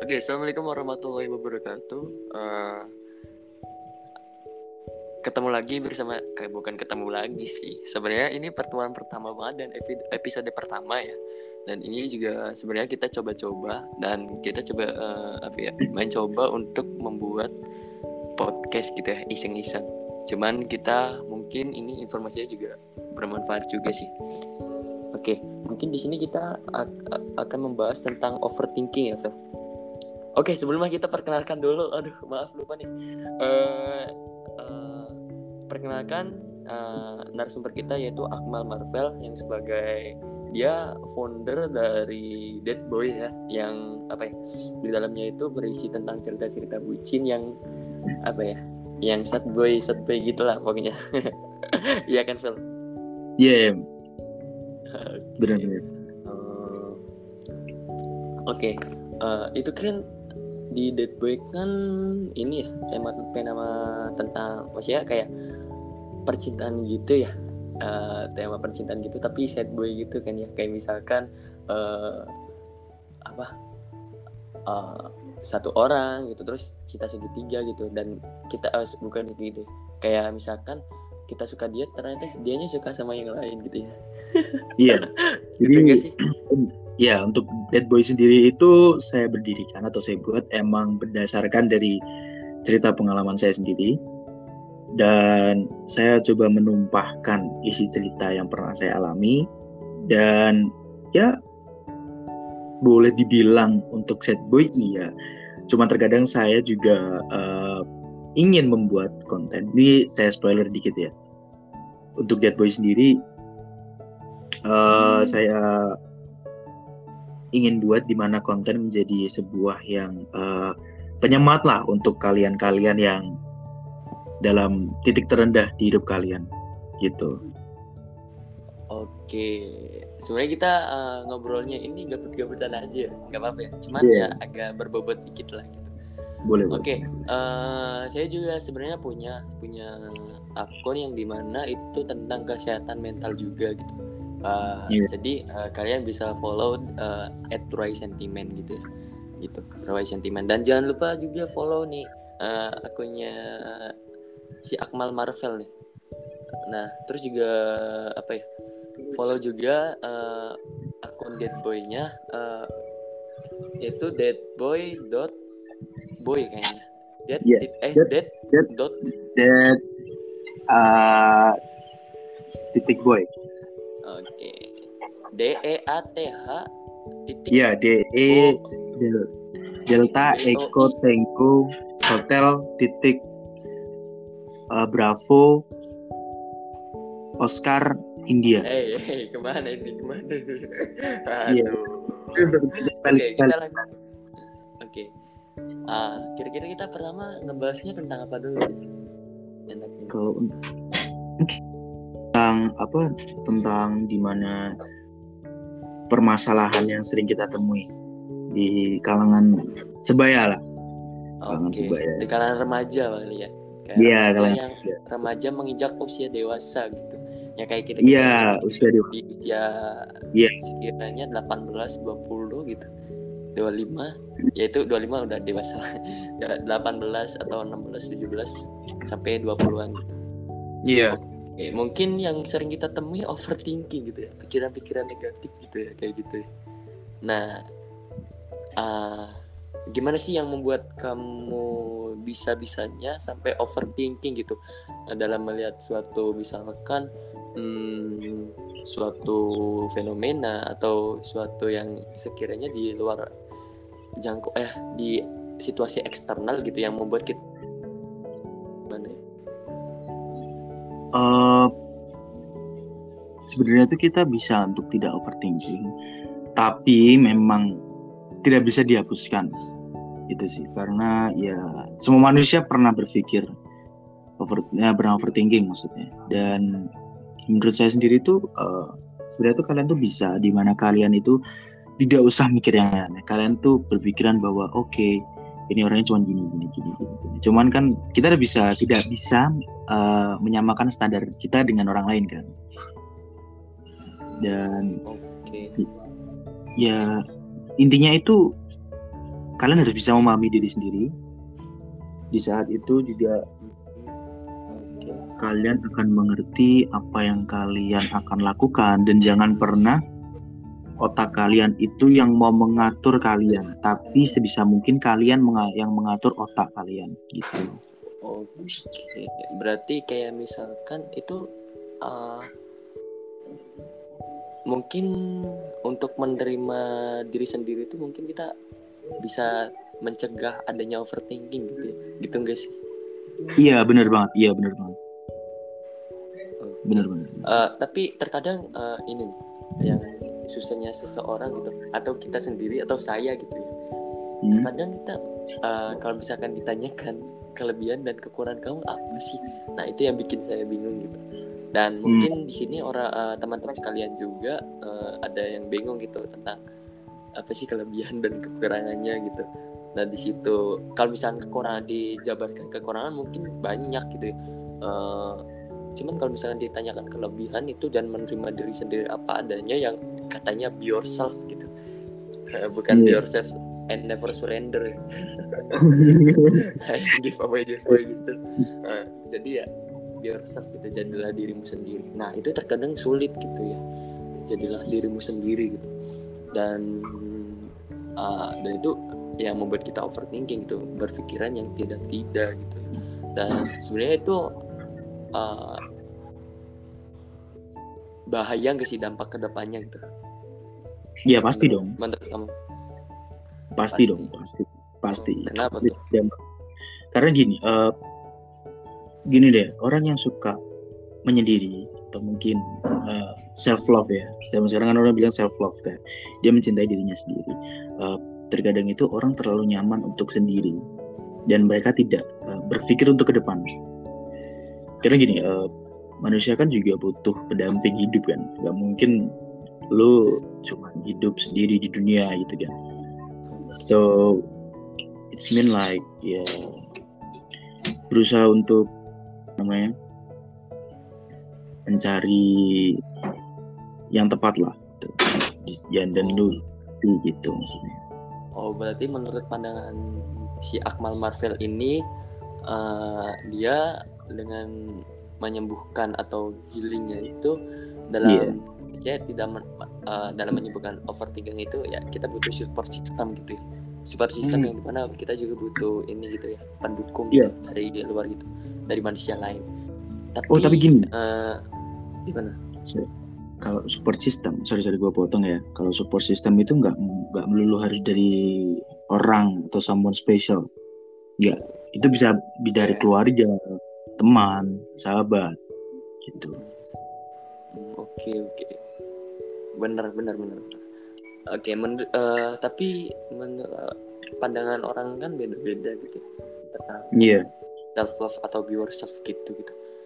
Oke, assalamualaikum warahmatullahi wabarakatuh. Ketemu lagi bersama, bukan ketemu lagi sih. Sebenarnya ini pertemuan pertama banget dan episode pertama ya. Dan ini juga sebenarnya kita coba-coba dan kita coba mencoba untuk membuat podcast gitu ya, iseng-iseng. Cuman kita mungkin ini informasinya juga bermanfaat juga sih. Oke, mungkin di sini kita akan membahas tentang overthinking ya, Fel. Oke, sebelumnya kita perkenalkan dulu. Aduh, maaf lupa nih. Perkenalkan narasumber kita yaitu Akmal Marvel yang sebagai dia founder dari Dead Boy ya, yang di dalamnya itu berisi tentang cerita-cerita bucin yang yang sad boy gitulah pokoknya. Iya kan, Phil? Iya, benar-benar. Oke, itu kan di Dead Boy kan ini ya tema tentang maksudnya kayak percintaan gitu ya, tema percintaan gitu tapi sad boy gitu kan ya, kayak misalkan satu orang gitu terus kita segitiga gitu dan kita bukan gitu kayak misalkan kita suka dia ternyata dianya suka sama yang lain gitu ya. Iya. Gitu gak sih? Ya, untuk Dead Boy sendiri itu saya berdirikan atau saya buat emang berdasarkan dari cerita pengalaman saya sendiri. Dan saya coba menumpahkan isi cerita yang pernah saya alami. Dan ya, boleh dibilang untuk sad boy iya. Cuma terkadang saya juga ingin membuat konten. Ini saya spoiler dikit ya. Untuk Dead Boy sendiri, saya ingin buat di mana konten menjadi sebuah yang penyemangat lah untuk kalian-kalian yang dalam titik terendah di hidup kalian gitu. Oke, sebenarnya kita ngobrolnya ini gabut-gabutan aja, nggak apa-apa ya. Cuman ya agak berbobot dikit lah gitu. Boleh. Oke, saya juga sebenarnya punya akun yang dimana itu tentang kesehatan mental juga gitu. Jadi kalian bisa follow @roysentiment gitu ya, gitu roysentiment. Dan jangan lupa juga follow nih akunnya si Akmal Marvel nih. Nah terus juga follow juga akun Deadboy-nya yaitu deadboy.boy kayaknya. Titik boy. Oke. DEATH titik. Iya, Delta Echo Tango Hotel titik Bravo Oscar India. Kemana ini? Aduh. Oke, kita lanjut. Oke. Kira-kira kita pertama ngebahasnya tentang apa dulu? Tentang dimana permasalahan yang sering kita temui di kalangan sebaya lah. Di kalangan remaja kali ya. Remaja menginjak usia dewasa gitu. Ya kayak kita usia dewasa. Sekiranya 18, 20 gitu. 25, yaitu 25 udah dewasa. 18 atau 16, 17 sampai 20-an gitu. Iya. Oke, mungkin yang sering kita temui overthinking gitu ya, pikiran-pikiran negatif gitu ya, kayak gitu ya. Nah, gimana sih yang membuat kamu bisa-bisanya sampai overthinking gitu dalam melihat suatu misalkan suatu fenomena atau suatu yang sekiranya di luar jangkau di situasi eksternal gitu yang membuat kita gimana ya? Sebenarnya tuh kita bisa untuk tidak overthinking, tapi memang tidak bisa dihapuskan itu sih, karena ya semua manusia pernah berpikir pernah overthinking maksudnya. Dan menurut saya sendiri tuh sebenarnya tuh kalian tuh bisa di mana kalian itu tidak usah mikir yang aneh. Kalian tuh berpikiran bahwa oke, ini orangnya cuma gini. Cuman kan kita tidak bisa menyamakan standar kita dengan orang lain kan. Dan ya intinya itu kalian harus bisa memahami diri sendiri. Di saat itu juga Oke. kalian akan mengerti apa yang kalian akan lakukan, dan jangan pernah otak kalian itu yang mau mengatur kalian, tapi sebisa mungkin kalian yang mengatur otak kalian gitu. Oke, berarti kayak misalkan itu mungkin untuk menerima diri sendiri itu mungkin kita bisa mencegah adanya overthinking gitu ya, gitu enggak sih? Iya benar banget, benar. Tapi terkadang ini nih yang susahnya seseorang gitu, atau kita sendiri atau saya gitu ya. Terkadang kita kalau misalkan ditanyakan kelebihan dan kekurangan kamu apa sih, nah itu yang bikin saya bingung gitu. Dan mungkin di sini teman-teman sekalian juga ada yang bingung gitu tentang apa sih kelebihan dan kekurangannya gitu. Nah di situ kalau misalkan kekurangan dijabarkan kekurangan mungkin banyak gitu ya. Cuman kalau misalkan ditanyakan kelebihan itu dan menerima diri sendiri apa adanya, yang katanya be yourself gitu, bukan be yourself and never surrender. give away gitu. Jadi ya be yourself gitu, jadilah dirimu sendiri. Nah itu terkadang sulit gitu ya, jadilah dirimu sendiri gitu. Dan itu yang membuat kita overthinking gitu, berpikiran yang tidak gitu. Dan sebenarnya itu bahaya nggak sih dampak kedepannya gitu? Iya pasti dong. Menurut kamu? Pasti. Kenapa tuh? Karena gini deh, orang yang suka menyendiri atau mungkin self love ya. Sekarang kan orang bilang self love, kayak dia mencintai dirinya sendiri. Terkadang itu orang terlalu nyaman untuk sendiri dan mereka tidak berpikir untuk ke depan. Karena gini, manusia kan juga butuh pendamping hidup kan. Gak mungkin lu cuma hidup sendiri di dunia gitu kan. So it's mean like berusaha untuk mencari yang tepat lah dan lu gitu maksudnya. Oh berarti menurut pandangan si Akmal Marvel ini dia dengan menyembuhkan atau healingnya itu dalam dalam menyembuhkan overthinking itu ya kita butuh support system gitu ya. Support system yang dimana kita juga butuh ini gitu ya, pendukung gitu dari luar gitu, dari manusia lain. Tapi gini, gimana? Kalau support system, sorry gue potong ya. Kalau support system itu nggak melulu harus dari orang atau someone special. Nggak, itu bisa dari keluarga, teman, sahabat, gitu. Oke. Benar. Oke, tapi pandangan orang kan beda-beda gitu tentang self love atau be yourself gitu.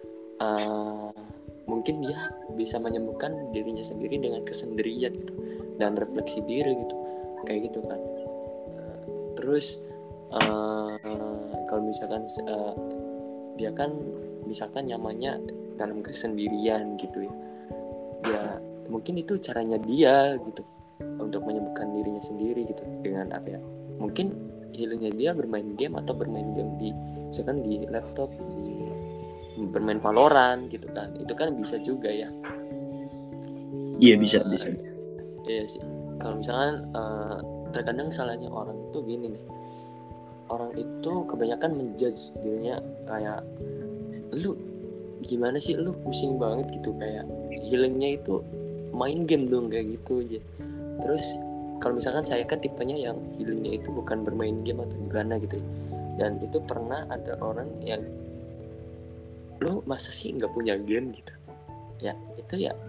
Mungkin dia bisa menyembuhkan dirinya sendiri dengan kesendirian gitu dan refleksi diri gitu, kayak gitu kan. Terus kalau misalkan dia kan misalkan nyamannya dalam kesendirian gitu ya mungkin itu caranya dia gitu untuk menyembuhkan dirinya sendiri gitu, dengan apa ya, mungkin healingnya dia bermain game atau bermain game di misalkan di laptop, bermain Valorant gitu kan, itu kan bisa juga ya. Iya bisa. Iya sih. Kalau misalkan terkadang salahnya orang itu gini nih, orang itu kebanyakan menjudge dirinya kayak lu gimana sih, lu pusing banget gitu, kayak healingnya itu main game dong kayak gitu aja. Terus kalau misalkan saya kan tipenya yang healingnya itu bukan bermain game atau gimana gitu ya. Dan itu pernah ada orang yang lu masa sih nggak punya game gitu ya, itu ya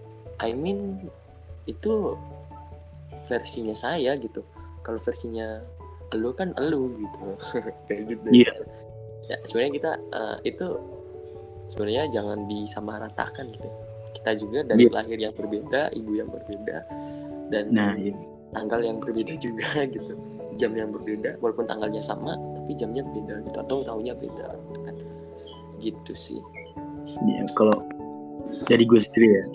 itu versinya saya gitu. Kalau versinya lu kan lu gitu kayak gitu. Ya sebenarnya kita itu sebenarnya jangan disamaratakan gitu. Kita juga dari lahir yang berbeda, ibu yang berbeda, dan tanggal yang berbeda juga gitu, jam yang berbeda, walaupun tanggalnya sama tapi jamnya beda gitu, atau tahunnya beda gitu kan. Gitu sih. Ya, kalau dari gue sendiri ya,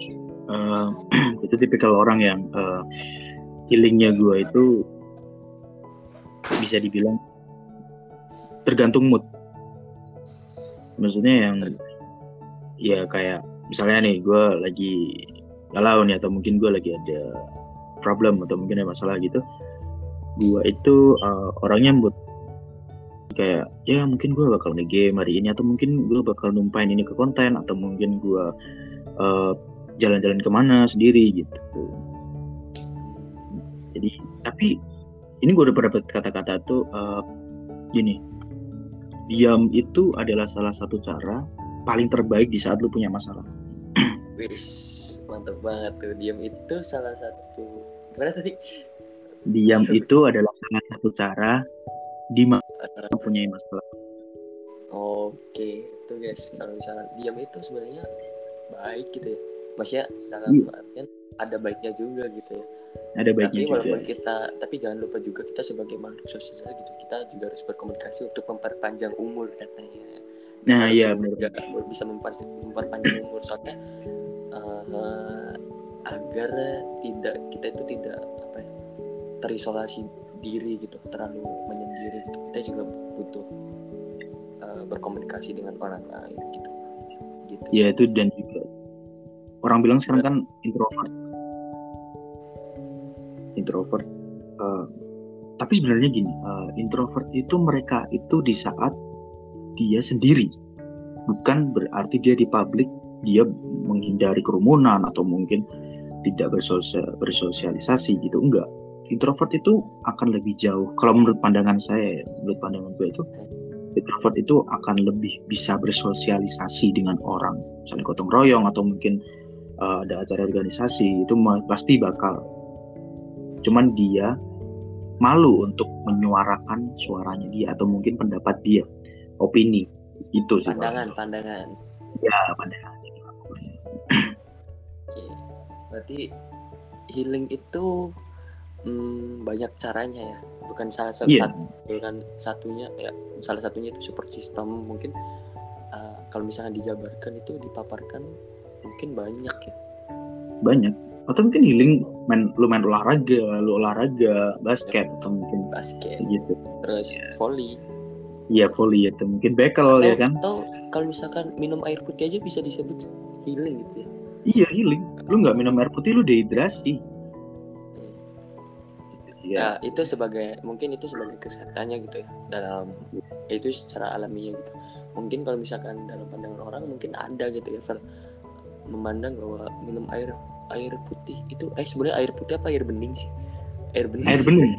itu tipikal orang yang healingnya gue itu bisa dibilang tergantung mood. Maksudnya yang ya kayak misalnya nih gue lagi galau nih, atau mungkin gue lagi ada problem atau mungkin ada masalah gitu, gue itu orangnya mood kayak ya mungkin gue bakal nge-game hari ini, atau mungkin gue bakal numpain ini ke konten, atau mungkin gue jalan-jalan kemana sendiri gitu. Jadi tapi ini gue udah pernah dapat kata-kata tuh gini, diam itu adalah salah satu cara paling terbaik di saat lu punya masalah. Wis, mantap banget tuh. Diam itu salah satu, gimana tadi? Diam itu adalah salah satu cara di mana mempunyai masalah. Oke, itu guys, kalau misalnya diam itu sebenarnya baik gitu ya. Maksudnya dalam artian ada baiknya juga gitu ya. Ada baiknya tapi walaupun juga. tapi jangan lupa juga kita sebagai makhluk sosial gitu, kita juga harus berkomunikasi untuk memperpanjang umur katanya. Nah iya benar. Bisa memperpanjang umur, soalnya agar kita itu tidak terisolasi diri gitu, terlalu menyendiri gitu. Kita juga butuh berkomunikasi dengan orang lain gitu. Ya itu, dan juga orang bilang sekarang kan introvert. Tapi sebenarnya gini, introvert itu mereka itu di saat dia sendiri, bukan berarti dia di publik dia menghindari kerumunan atau mungkin tidak bersosialisasi gitu, enggak. Introvert itu akan lebih jauh, kalau menurut pandangan saya, menurut pandangan gue itu introvert itu akan lebih bisa bersosialisasi dengan orang, misalnya gotong royong atau mungkin ada acara organisasi, itu pasti bakal. Cuman dia malu untuk menyuarakan suaranya dia atau mungkin pendapat dia, opini itu sih. Pandangan. Ya, pandangan. Oke. Berarti healing itu banyak caranya ya, bukan salah satunya ya. Salah satunya itu support system mungkin. Kalau misalnya dijabarkan itu dipaparkan mungkin banyak ya. Banyak. Atau mungkin healing lu main olahraga basket atau mungkin basket gitu. Terus volley. Iya, volley atau mungkin bekel ya kan. Atau kalau misalkan minum air putih aja bisa disebut healing gitu ya. Iya, healing. Lu nggak minum air putih lu dehidrasi. Ya, itu sebagai kesehatannya gitu ya, dalam itu secara alamiah gitu. Mungkin kalau misalkan dalam pandangan orang mungkin ada gitu ya, memandang bahwa minum air putih itu sebenarnya air putih apa air bening sih? Air bening.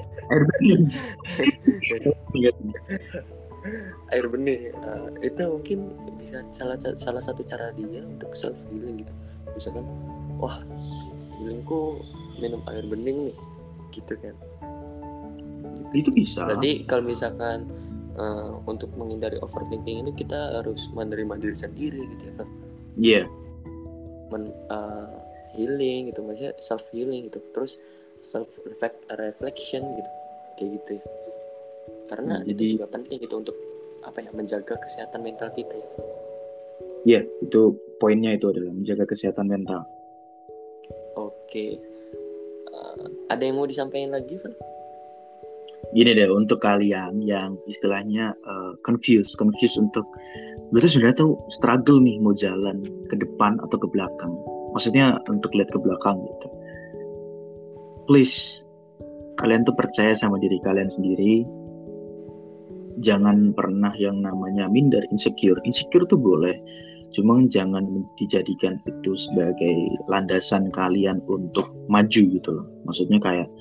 Air bening. Itu mungkin bisa salah satu cara dia untuk self healing gitu. Misalkan, wah, healingku minum air bening nih, gitu kan. Itu bisa. Jadi kalau misalkan untuk menghindari overthinking ini kita harus menerima diri sendiri gitu ya, Pak. Iya. Healing gitu, maksudnya self healing gitu, terus self reflection gitu, kayak gitu ya. Karena itu juga penting gitu untuk menjaga kesehatan mental kita ya. Iya, itu poinnya, itu adalah menjaga kesehatan mental. Oke. Ada yang mau disampaikan lagi, Pak? Gini deh, untuk kalian yang istilahnya confused untuk gue tuh sebenarnya tuh struggle nih mau jalan ke depan atau ke belakang, maksudnya untuk lihat ke belakang gitu. Please, kalian tuh percaya sama diri kalian sendiri. Jangan pernah yang namanya minder, insecure tuh boleh, cuma jangan dijadikan itu sebagai landasan kalian untuk maju gitu loh. Maksudnya kayak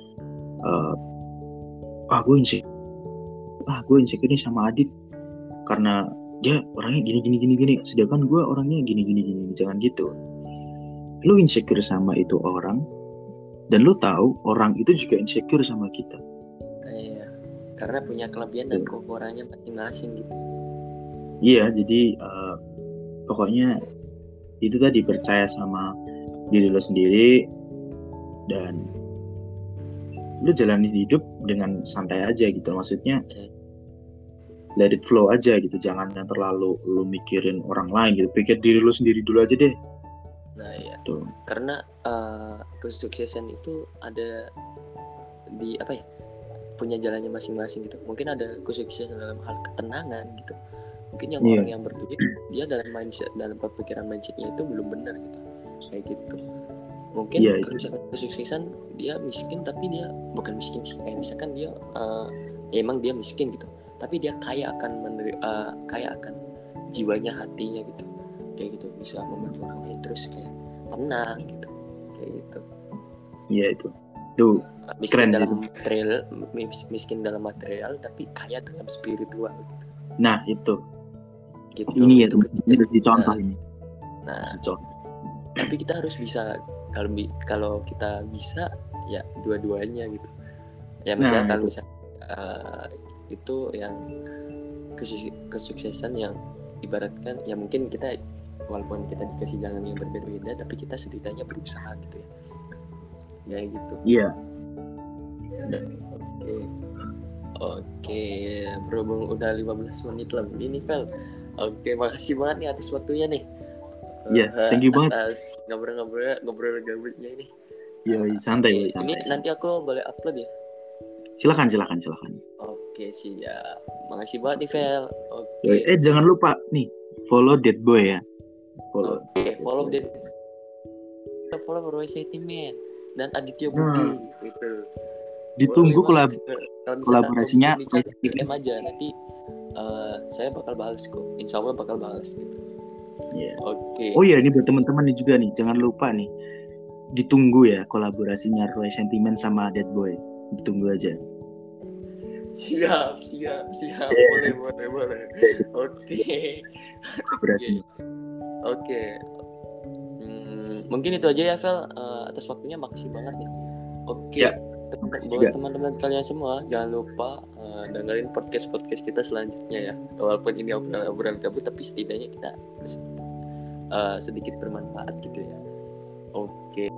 gue insecure nih sama Adit karena dia orangnya gini, sedangkan gue orangnya gini. Jangan gitu. Lu insecure sama itu orang, dan lu tahu orang itu juga insecure sama kita. Iya, karena punya kelebihan dan kekurangannya masing-masing gitu. Iya, jadi pokoknya itu tadi, percaya sama diri lu sendiri dan lu jalanin hidup dengan santai aja gitu. Maksudnya let it flow aja gitu, jangan yang terlalu lu mikirin orang lain gitu, pikir diri lu sendiri dulu aja deh. Nah iya tuh, karena kesuksesan itu ada di punya jalannya masing-masing gitu. Mungkin ada kesuksesan dalam hal ketenangan gitu. Mungkin yang Iya. orang yang berduit dia dalam mindsetnya itu belum benar gitu, kayak gitu. Mungkin Iya, kalau misalkan kesuksesan dia miskin tapi dia bukan miskin sih, kayak misalkan dia ya emang dia miskin gitu, tapi dia kaya akan jiwanya, hatinya gitu, kayak gitu, bisa membantu orang lain terus kayak tenang gitu, kayak gitu. Iya itu Miskin keren dalam sih. material, miskin dalam material tapi kaya dalam spiritual gitu. Nah itu Gitu ini ya itu ini harus dicontoh ini. Nah, Harus dicontoh. tapi kita harus bisa, kalau kita bisa ya dua-duanya gitu. Ya misalnya Nah kalau itu misalnya itu yang kesuksesan yang ibaratkan ya mungkin kita walaupun kita dikasih jalan yang berbeda-beda tapi kita setidaknya berusaha gitu ya gitu. iya. Oke, berhubung udah 15 menit lebih nih Vel. Oke, makasih banget nih atas waktunya nih. Iya, thank you banget. Atas ngobrol gabutnya ini. Iya, santai, Ini santai. nanti aku boleh upload ya? Silakan. Oke, siap. Makasih banget nih Vel. Oke. Jangan lupa nih follow Dead Boy ya. Follow Roy Setimen dan Aditya Budi gitu. Ditunggu Boleh banget. Kalau misalkan kolaborasinya mau bikin di chat DM aja nanti saya bakal balas kok. Insya Allah bakal balas gitu. Iya. Oke. Oh iya, ini buat teman-teman nih juga nih, jangan lupa nih ditunggu ya kolaborasinya Roy Sentiment sama Dead Boy. Ditunggu aja. Siap. Boleh. Oke. Kolaborasinya. Oke. Mungkin itu aja ya Vel, atas waktunya makasih banget nih. Oke. Ya, Buat teman-teman kalian semua jangan lupa dengerin podcast kita selanjutnya ya. Walaupun ini obrolan gabut tapi setidaknya kita sedikit bermanfaat gitu ya. Oke.